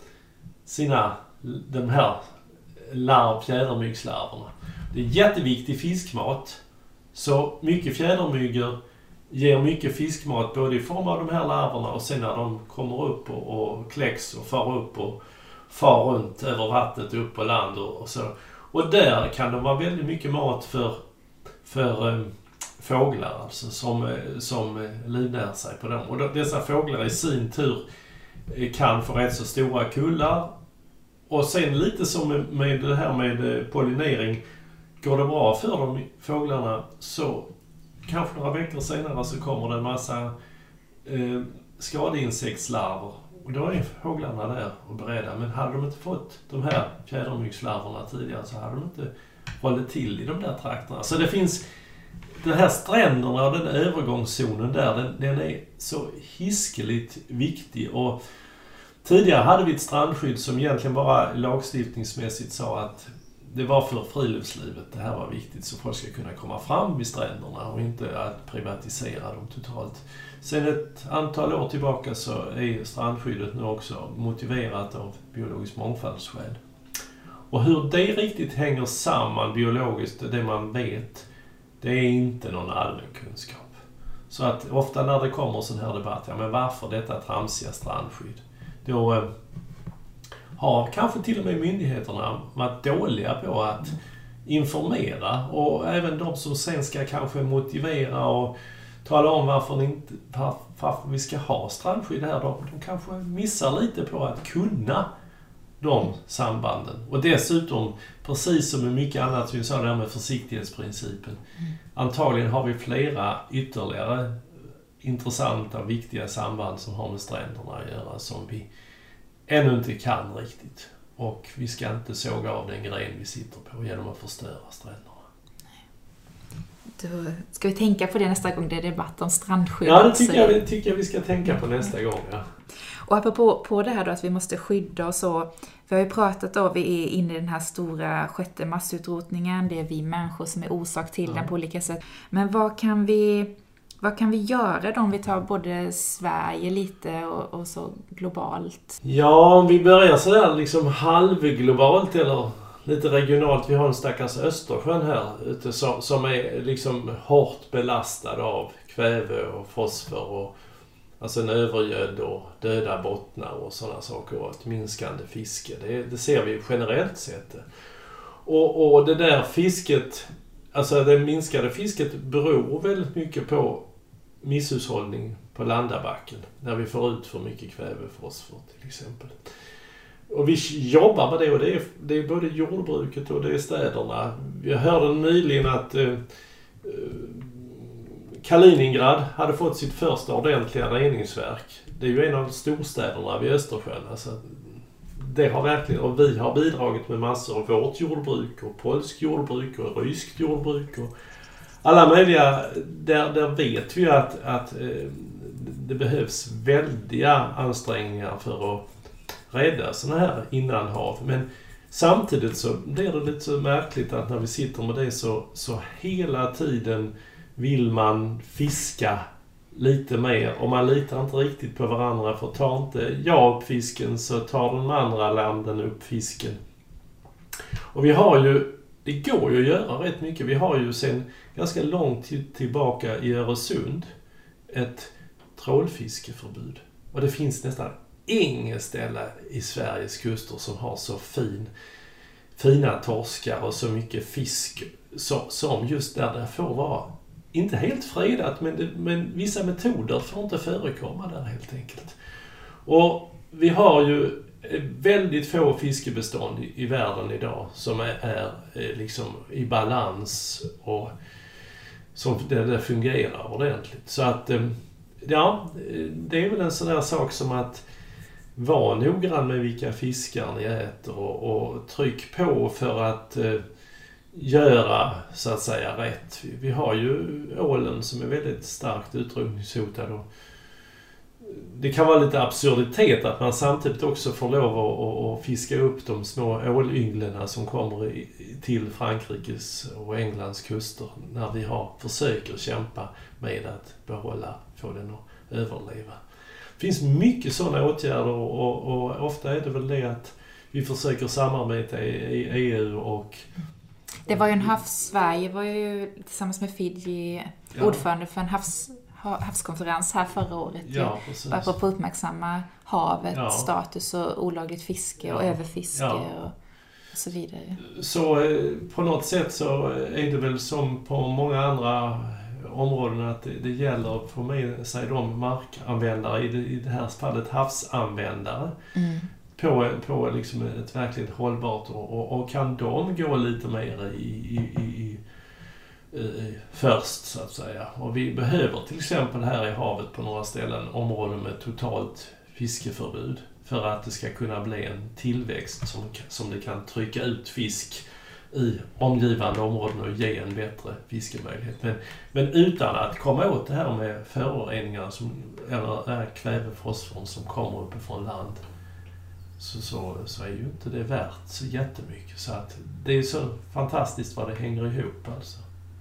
sina, de här larv, fjädermyggslarverna. Det är jätteviktig fiskmat. Så mycket fjädermyggor ger mycket fiskmat både i form av de här larverna och sen när de kommer upp och, och kläcks och far upp och far runt över vattnet upp på land och, och så. Och där kan de vara väldigt mycket mat för, för um, fåglar alltså, som, som livnär sig på dem. Och då, dessa fåglar i sin tur kan få rätt så stora kullar. Och sen lite som med, med det här med pollinering, går det bra för de fåglarna så kanske några veckor senare så kommer det en massa eh, skadeinsektslarver. Och då är fåglarna där och beredda. Men hade de inte fått de här fjädermyggslarverna tidigare så hade de inte hållit till i de där trakterna. Så det finns, den här stränderna och den övergångszonen där, den, den är så hiskeligt viktig. Och tidigare hade vi ett strandskydd som egentligen bara lagstiftningsmässigt sa att det var för friluftslivet. Det här var viktigt så folk ska kunna komma fram vid stränderna och inte att privatisera dem totalt. Sen ett antal år tillbaka så är strandskyddet nu också motiverat av biologisk mångfaldsskäl. Och hur det riktigt hänger samman biologiskt, det man vet, det är inte någon allmän kunskap. Så att ofta när det kommer sån här debatt, ja men varför detta tramsiga strandskydd? Då eh, har kanske till och med myndigheterna varit dåliga på att informera. Och även de som sen ska kanske motivera och tala om varför, ni inte, varför vi ska ha strandskydd här. De, de kanske missar lite på att kunna de sambanden. Och dessutom, precis som med mycket annat, som vi sa där med försiktighetsprincipen, mm. antagligen har vi flera ytterligare intressanta och viktiga samband som har med stränderna att göra som vi ännu inte kan riktigt. Och vi ska inte såga av den gren vi sitter på genom att förstöra stränderna. Då ska vi tänka på det nästa gång det är debatt om strandskydd. Ja, det tycker jag, det tycker jag vi ska tänka på nästa gång. Ja. Och apropå på det här då att vi måste skydda och så. Vi har ju pratat om att vi är inne i den här stora sjätte massutrotningen. Det är vi människor som är orsak till ja. den på olika sätt. Men vad kan vi, vad kan vi göra då om vi tar både Sverige lite och, och så globalt? Ja, om vi börjar så där liksom halvglobalt eller lite regionalt. Vi har en stackars Östersjön här ute som, som är liksom hårt belastad av kväve och fosfor och alltså en övergödd och döda bottnar och sådana saker och ett minskande fiske. Det, det ser vi generellt sett. Och, och det där fisket, alltså det minskade fisket beror väldigt mycket på misshushållning på landabacken. När vi får ut för mycket kväve och fosfor till exempel. Och vi jobbar med det och det är, det är både jordbruket och det är städerna. Jag hörde nyligen att eh, Kaliningrad hade fått sitt första ordentliga reningsverk. Det är ju en av storstäderna vid Östersjön. Alltså, det har verkligen, och vi har bidragit med massor av vårt jordbruk och polsk jordbruk och ryskt jordbruk och alla möjliga. Där, där vet vi att, att eh, det behövs väldiga ansträngningar för att rädda sådana här innanhav. Men Samtidigt så blir det lite så märkligt att när vi sitter med det så, så hela tiden vill man fiska lite mer och man litar inte riktigt på varandra, för tar inte jag upp fisken så tar de andra landen upp fisken. Och vi har ju, det går ju att göra rätt mycket. Vi har ju sedan ganska långt tillbaka i Öresund ett trålfiskeförbud. Och det finns nästan inget ställe i Sveriges kuster som har så fin, fina torskar och så mycket fisk så, som just där det får vara. Inte helt fredat, men, det, men vissa metoder får inte förekomma där helt enkelt. Och vi har ju väldigt få fiskebestånd i, i världen idag som är, är, är liksom i balans och som det, det fungerar ordentligt. Så att ja, det är väl en sån där sak som att vara noggrann med vilka fiskar ni äter och, och tryck på för att eh, göra så att säga rätt. Vi, vi har ju ålen som är väldigt starkt utrotningshotad och det kan vara lite absurditet att man samtidigt också får lov att, att fiska upp de små ålynglarna som kommer i, till Frankrikes och Englands kuster när vi har försöker kämpa med att behålla, få den att överleva. Det finns mycket sådana åtgärder och, och ofta är det väl det att vi försöker samarbeta i, i E U och... Det var ju en havs... Sverige var ju tillsammans med Fiji ja. ordförande för en havs... havskonferens här förra året. Ja, bara på att uppmärksamma havet, ja. status och olagligt fiske ja. och överfiske ja. och, och så vidare. Så på något sätt så är det väl som på många andra områden att det, det gäller att få med sig de markanvändare, i det, i det här fallet havsanvändare, mm. på, på liksom ett verkligt hållbart och, och, och kan de gå lite mer i, i, i först så att säga. Och vi behöver till exempel här i havet på några ställen områden med totalt fiskeförbud för att det ska kunna bli en tillväxt som, som det kan trycka ut fisk i omgivande områden och ge en bättre fiskemöjlighet. Men, men utan att komma åt det här med föroreningar som, eller kvävefosforn som kommer uppifrån land så, så, så är ju inte det värt så jättemycket. Så att det är så fantastiskt vad det hänger ihop alltså.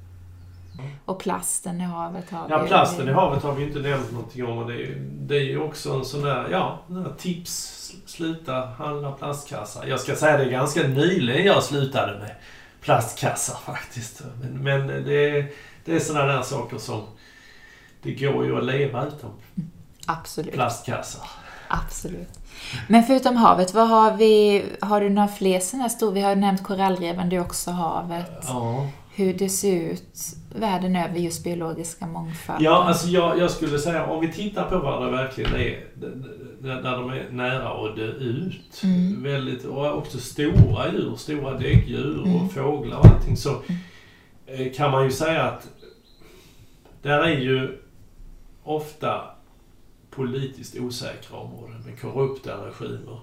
Och plasten i havet har vi... Ja, plasten i havet har vi inte nämnt någonting om. Och det, är, det är ju också en sån där, ja, tips. Sluta handla plastkassar. Jag ska säga det är ganska nyligen jag slutade med plastkassar faktiskt. Men, men det, är, det är sådana där saker som det går ju att leva utan Absolut. plastkassar. Absolut. Men förutom havet, vad har vi... Har du några fler sådana stora? Vi har nämnt korallreven, det är också havet. Ja. Hur det ser ut världen över just biologiska mångfald. Ja, alltså jag, jag skulle säga om vi tittar på vad det verkligen är när de är nära att dö ut. Mm. Väldigt, och också stora djur, stora däggdjur mm. och fåglar och allting så mm. kan man ju säga att där är ju ofta politiskt osäkra områden med korrupta regimer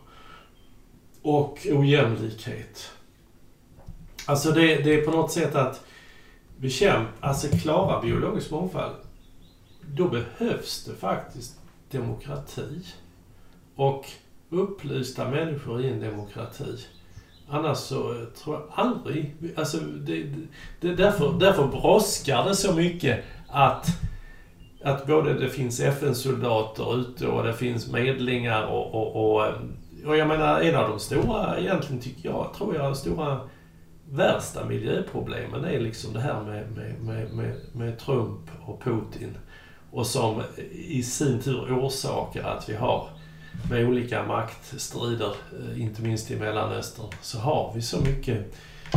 och ojämlikhet. Alltså det, det är på något sätt att bekämpa, alltså klara biologisk mångfald, då behövs det faktiskt demokrati och upplysta människor i en demokrati. Annars så tror jag aldrig, alltså det, det, därför, därför brådskar det så mycket att, att både det finns F N-soldater ute och det finns medlingar och, och, och, och jag menar en av de stora, egentligen tycker jag, tror jag, stora värsta miljöproblemen är liksom det här med, med, med, med, med Trump och Putin och som i sin tur orsakar att vi har med olika maktstrider, inte minst i Mellanöstern, så har vi så mycket,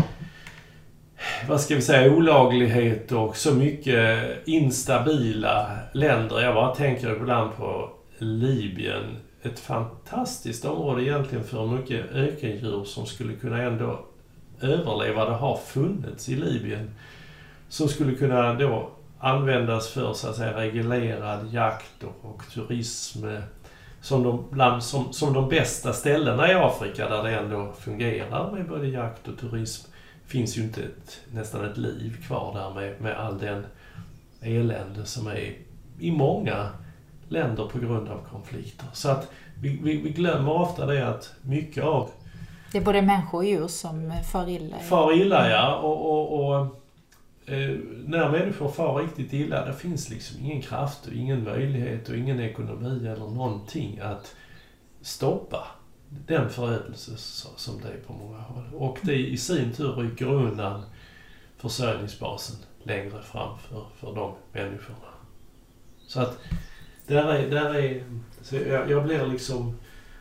vad ska vi säga, olaglighet och så mycket instabila länder. Jag bara tänker ibland på Libyen, ett fantastiskt område egentligen för mycket ökendjur som skulle kunna ändå överleva. Det har funnits i Libyen som skulle kunna då användas för så att säga reglerad jakt och, och turism som de, bland, som, som de bästa ställena i Afrika där det ändå fungerar med både jakt och turism. Finns ju inte ett, nästan ett liv kvar där med, med all den elände som är i många länder på grund av konflikter. Så att vi, vi, vi glömmer ofta det att mycket av Det är både människor och djur som far illa. Far illa, ja. Och, och, och eh, när människor far riktigt illa, det finns liksom ingen kraft och ingen möjlighet och ingen ekonomi eller någonting att stoppa den förödelse som det är på många håll. Och det i sin tur rycker undan försörjningsbasen längre fram för, för de människorna. Så att där är, där är så jag, jag blir liksom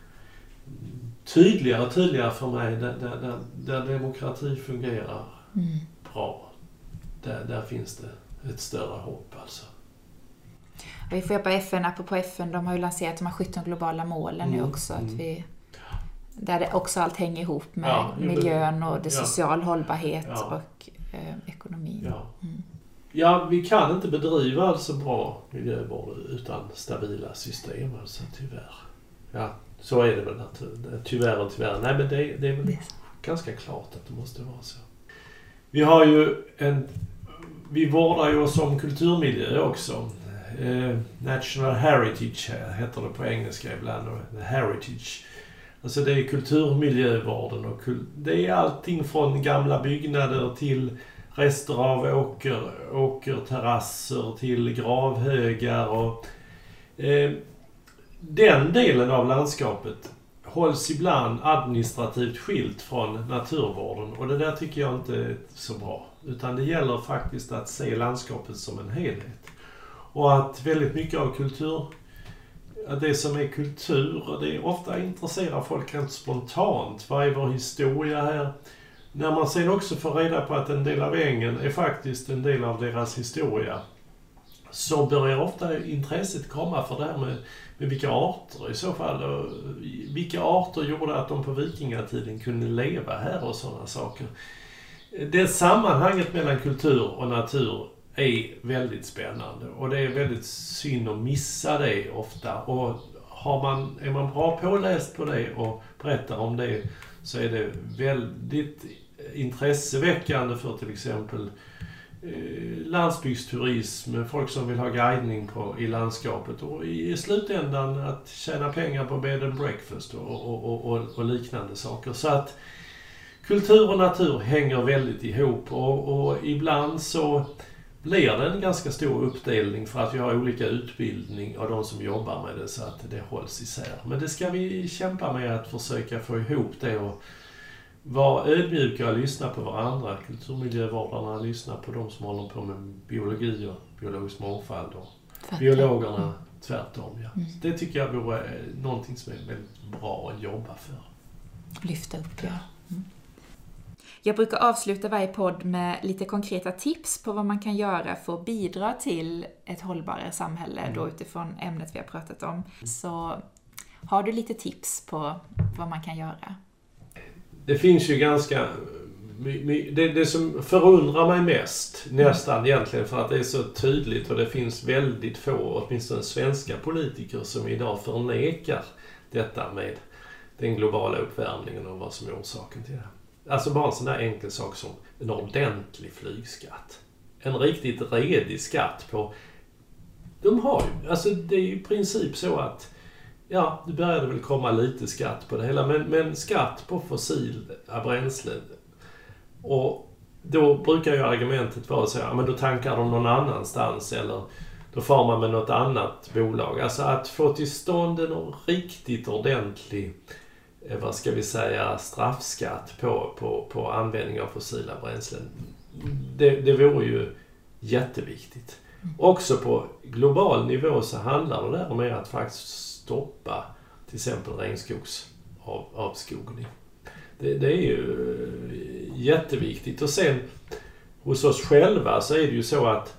tydligare och tydligare för mig där, där, där, där demokrati fungerar mm. bra. Där, där finns det ett större hopp alltså. Vi får jobba F N, apropå F N, de har ju lanserat de här sjutton globala målen mm. nu också. Att vi, där det också allt hänger ihop med ja, miljön och det ja. social hållbarhet ja. och eh, ekonomin. Ja. Mm. ja, vi kan inte bedriva alltså bra miljövård utan stabila system alltså tyvärr. Ja, så är det väl tyvärr och tyvärr. Nej, men det, det är väl det. ganska klart att det måste vara så. Vi har ju en vi vårdar ju oss som kulturmiljö också. Eh, National Heritage heter det på engelska ibland. Heritage. Alltså det är kulturmiljövården och kul- det är allting från gamla byggnader till rester av åker, åkerterrasser till gravhögar och eh, den delen av landskapet hålls ibland administrativt skilt från naturvården och det där tycker jag inte är så bra. Utan det gäller faktiskt att se landskapet som en helhet. Och att väldigt mycket av kultur, att det som är kultur, det är ofta intresserar folk rent spontant. Vad är vår historia här? När man sen också får reda på att en del av ängen är faktiskt en del av deras historia, så börjar ofta intresset komma för det här med, med vilka arter i så fall. Och vilka arter gjorde att de på vikingatiden kunde leva här och sådana saker. Det sammanhanget mellan kultur och natur är väldigt spännande och det är väldigt synd att missa det ofta. Och har man, är man bra påläst på det och berättar om det så är det väldigt intresseväckande för till exempel eh, landsbygdsturism, folk som vill ha guidning på, i landskapet och i, i slutändan att tjäna pengar på bed and breakfast och, och, och, och liknande saker. Så att kultur och natur hänger väldigt ihop och, och ibland så blir det en ganska stor uppdelning för att vi har olika utbildning av de som jobbar med det så att det hålls isär. Men det ska vi kämpa med att försöka få ihop det och vara ödmjuka och lyssna på varandra. Kulturmiljövårdarna lyssnar på de som håller på med biologi och biologisk mångfald och Fattar. biologerna mm. tvärtom. Ja. Mm. Det tycker jag vore någonting som är väldigt bra att jobba för. Lyfta upp, ja. Mm. Jag brukar avsluta varje podd med lite konkreta tips på vad man kan göra för att bidra till ett hållbarare samhälle mm. då utifrån ämnet vi har pratat om. Så har du lite tips på vad man kan göra? Det finns ju ganska... Det, det som förundrar mig mest nästan egentligen för att det är så tydligt och det finns väldigt få, åtminstone svenska politiker som idag förnekar detta med den globala uppvärmningen och vad som är orsaken till det. Alltså bara en sån där enkel sak som en ordentlig flygskatt. En riktigt redig skatt på... De har ju... Alltså det är ju i princip så att... Ja, det började väl komma lite skatt på det hela. Men, men skatt på fossila bränslen. Och då brukar ju argumentet vara så här, ja, men då tankar de någon annanstans eller då får man med något annat bolag. Alltså att få till stånd en riktigt ordentlig... vad ska vi säga, straffskatt på, på, på användning av fossila bränslen. Det, det vore ju jätteviktigt. Mm. Också på global nivå så handlar det där om att faktiskt stoppa till exempel regnskogsavskogning. Det, det är ju jätteviktigt. Och sen hos oss själva så är det ju så att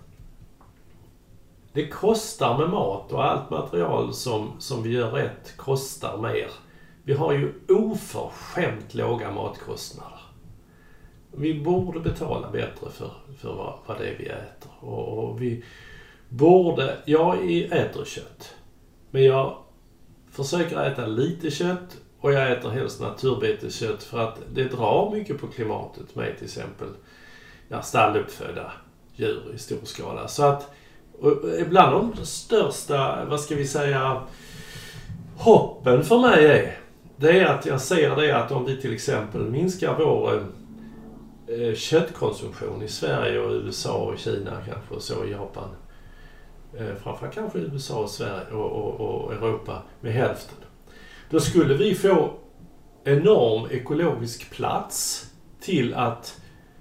det kostar med mat och allt material som, som vi gör rätt kostar mer. Vi har ju oförskämt låga matkostnader. Vi borde betala bättre för, för vad, vad det är vi äter. Och, och vi borde... Jag äter kött. Men jag försöker äta lite kött och jag äter helst naturbeteskött för att det drar mycket på klimatet med till exempel ja, stalluppfödda djur i stor skala. Så att och ibland de största, vad ska vi säga, hoppen för mig är det är att jag ser det att om vi till exempel minskar vår eh, köttkonsumtion i Sverige och U S A och Kina kanske och så i Japan. Eh, framförallt kanske U S A och Sverige och, och, och Europa med hälften. Då skulle vi få enorm ekologisk plats till att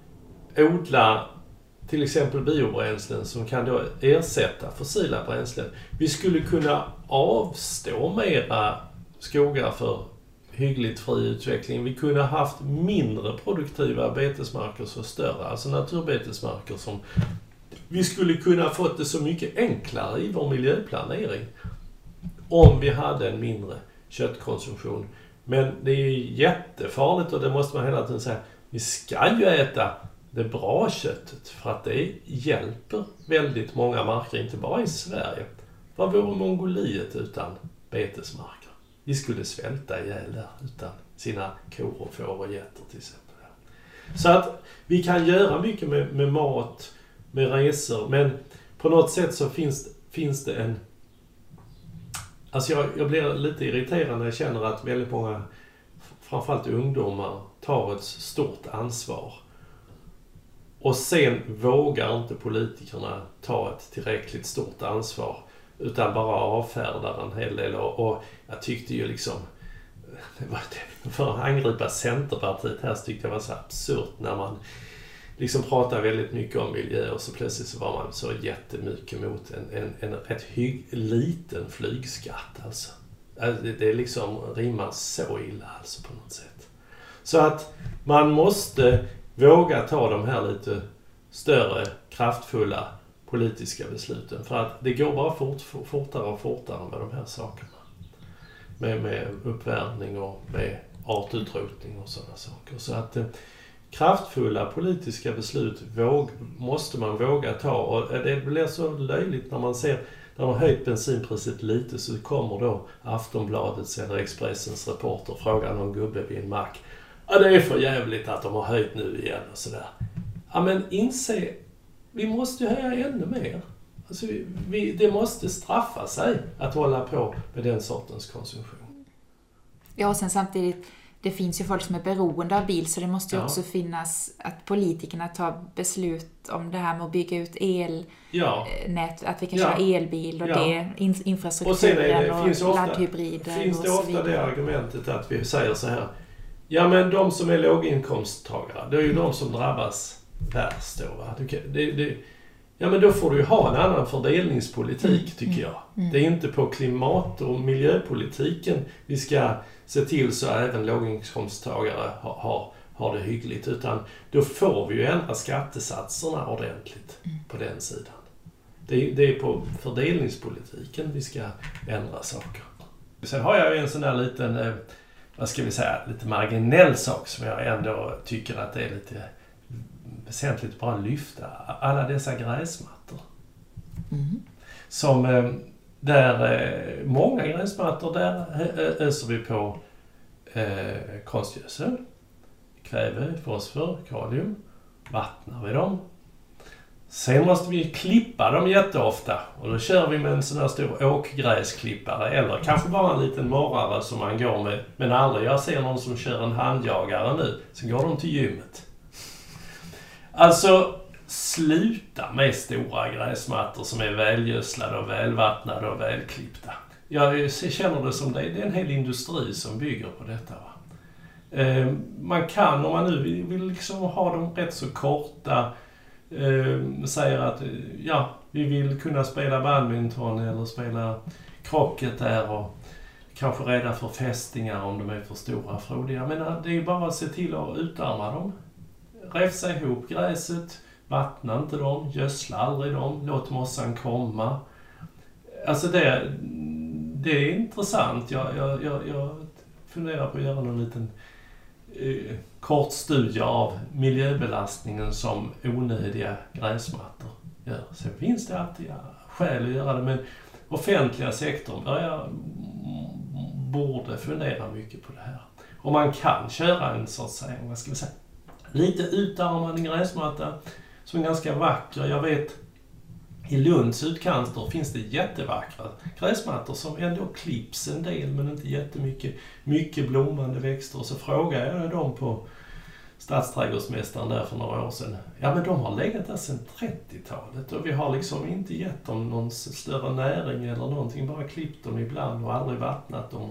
odla till exempel biobränslen som kan då ersätta fossila bränslen. Vi skulle kunna avstå mera skogar för hyggligt fri utveckling. Vi kunde ha haft mindre produktiva betesmarker så större, alltså naturbetesmarker som vi skulle kunna fått det så mycket enklare i vår miljöplanering om vi hade en mindre köttkonsumtion. Men det är jättefarligt och det måste man hela tiden säga. Vi ska ju äta det bra köttet för att det hjälper väldigt många marker, inte bara i Sverige. Vad vore Mongoliet utan betesmarker? Vi skulle svälta ihjäl där utan sina kor och får och getter till exempel. Så att vi kan göra mycket med, med mat, med resor, men på något sätt så finns, finns det en... Alltså jag, jag blir lite irriterad när jag känner att väldigt många, framförallt ungdomar, tar ett stort ansvar. Och sen vågar inte politikerna ta ett tillräckligt stort ansvar utan bara avfärdar en hel del. Och, och jag tyckte ju liksom, för att angripa Centerpartiet här så tyckte jag var så absurt när man liksom pratar väldigt mycket om miljö och så plötsligt så var man så jättemycket emot en, en, en rätt hygg, liten flygskatt alltså. Det, det liksom rimmar så illa alltså på något sätt. Så att man måste våga ta de här lite större, kraftfulla politiska besluten. För att det går bara fort, fortare och fortare med de här sakerna. Med, med uppvärmning och med artutrotning och sådana saker. Så att eh, kraftfulla politiska beslut våg, måste man våga ta. Och det blir så löjligt när man ser, när man har höjt bensinpriset lite så kommer då Aftonbladets eller Expressens reporter frågar någon gubbe vid en mack. Ja, det är för jävligt att de har höjt nu igen och sådär. Ja, men inse, vi måste ju höja ännu mer. Alltså, vi, vi, det måste straffa sig att hålla på med den sortens konsumtion. Ja, och sen samtidigt, det finns ju folk som är beroende av bil så det måste ju ja. också finnas att politikerna tar beslut om det här med att bygga ut elnät, ja. att vi kan ja. köra elbil och ja. det, in, infrastrukturen och, sen är det, och finns ofta, laddhybrider finns det och ofta så det argumentet att vi säger så här. Ja, men de som är låginkomsttagare, det är ju mm. de som drabbas värst då. Va? Du kan, det, det, ja, men då får du ju ha en annan fördelningspolitik mm. tycker jag. Mm. Det är inte på klimat- och miljöpolitiken vi ska se till så att även låginkomsttagare har, har, har det hyggligt. Utan då får vi ju ändra skattesatserna ordentligt mm. på den sidan. Det, det är på fördelningspolitiken vi ska ändra saker. Sen har jag ju en sån där liten... vad ska vi säga, lite marginell sak som jag ändå tycker att det är lite väsentligt bara lyfta. Alla dessa gräsmattor. Mm. Som där, många gräsmattor där öser vi på eh, konstgödsel, kväve, fosfor, kalium, vattnar vi dem. Sen måste vi klippa dem jätteofta och då kör vi med en sån här stor åkgräsklippare eller kanske bara en liten morrare som man går med. Men aldrig, jag ser någon som kör en handjagare nu, så går de till gymmet. Alltså, sluta med stora gräsmattor som är välgödslade och välvattnade och välklippta. Jag känner det som det, det är en hel industri som bygger på detta. Va? Eh, man kan, om man nu vill, vill liksom ha dem rätt så korta, Uh, säger att ja, vi vill kunna spela badminton eller spela krocket där och kanske rädda för fästingar om de är för stora frodiga. Men det är ju bara att se till att utarma dem. Räfsa ihop gräset, vattna inte dem, gödsla aldrig dem, låt mossan komma. Alltså det, det är intressant. Jag, jag, jag, jag funderar på att göra någon liten eh, kort studie av miljöbelastningen som onödiga gräsmattor gör. Sen finns det alltid ja, skäl att göra det, men offentliga sektorn börjar, borde fundera mycket på det här. Och man kan köra en sorts, vad ska vi säga, lite utarmad gräsmatta som är ganska vacker. Jag vet I Lunds utkanter finns det jättevackra gräsmattor som ändå klipps en del men inte jättemycket. Mycket blommande växter. Och så frågar jag dem på stadsträdgårdsmästaren där för några år sedan. Ja, men de har legat där sedan trettiotalet och vi har liksom inte gett dem någon större näring eller någonting. Bara klippt dem ibland och aldrig vattnat dem.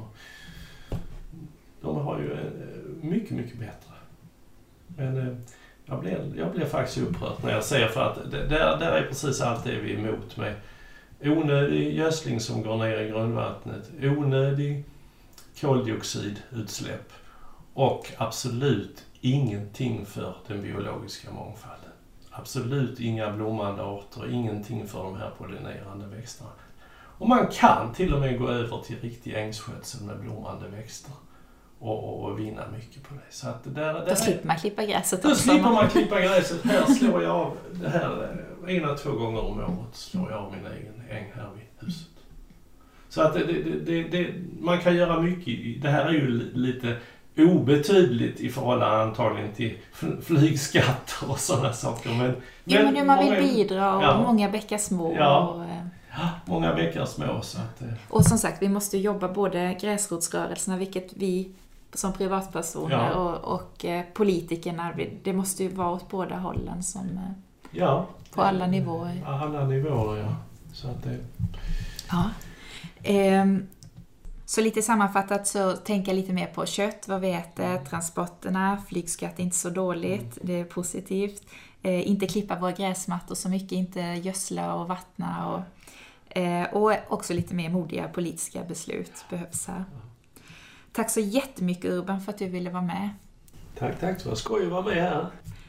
De har ju mycket, mycket bättre. Men jag blir, jag blir faktiskt upprörd när jag ser för att det, där, där är precis allt det vi är emot med onödig gödsling som går ner i grundvattnet, onödig koldioxidutsläpp och absolut ingenting för den biologiska mångfalden. Absolut inga blommande arter, ingenting för de här pollinerande växterna. Och man kan till och med gå över till riktig ängsskötsel med blommande växter. Och, och vinna mycket på det. Så att det där, det då slipper man klippa gräset. Då slipper man klippa gräset. Här slår jag av, det här en eller två gånger om året slår jag av min egen äng här vid huset. Så att det, det, det, det, man kan göra mycket. Det här är ju lite obetydligt i förhållande antagligen till flygskatter och sådana saker. Men, jo, men nu man vill bidra och ja, många bäckar små. Ja, och, ja, många bäckar små. Så att, och som sagt, vi måste jobba både gräsrotsrörelserna, vilket vi som privatpersoner ja. och, och eh, politikerna, det måste ju vara åt båda hållen som, eh, ja, på alla nivåer. Alla nivåer, ja. Så att det... Ja. Ehm, så lite sammanfattat så tänker jag lite mer på kött, vad vi äter, transporterna, flygskatt är inte så dåligt, det är positivt. Eh, inte klippa våra gräsmattor så mycket, inte gödsla och vattna och, eh, och också lite mer modiga politiska beslut behövs här. Tack så jättemycket Urban för att du ville vara med. Tack, tack. Det var skoj att vara med här.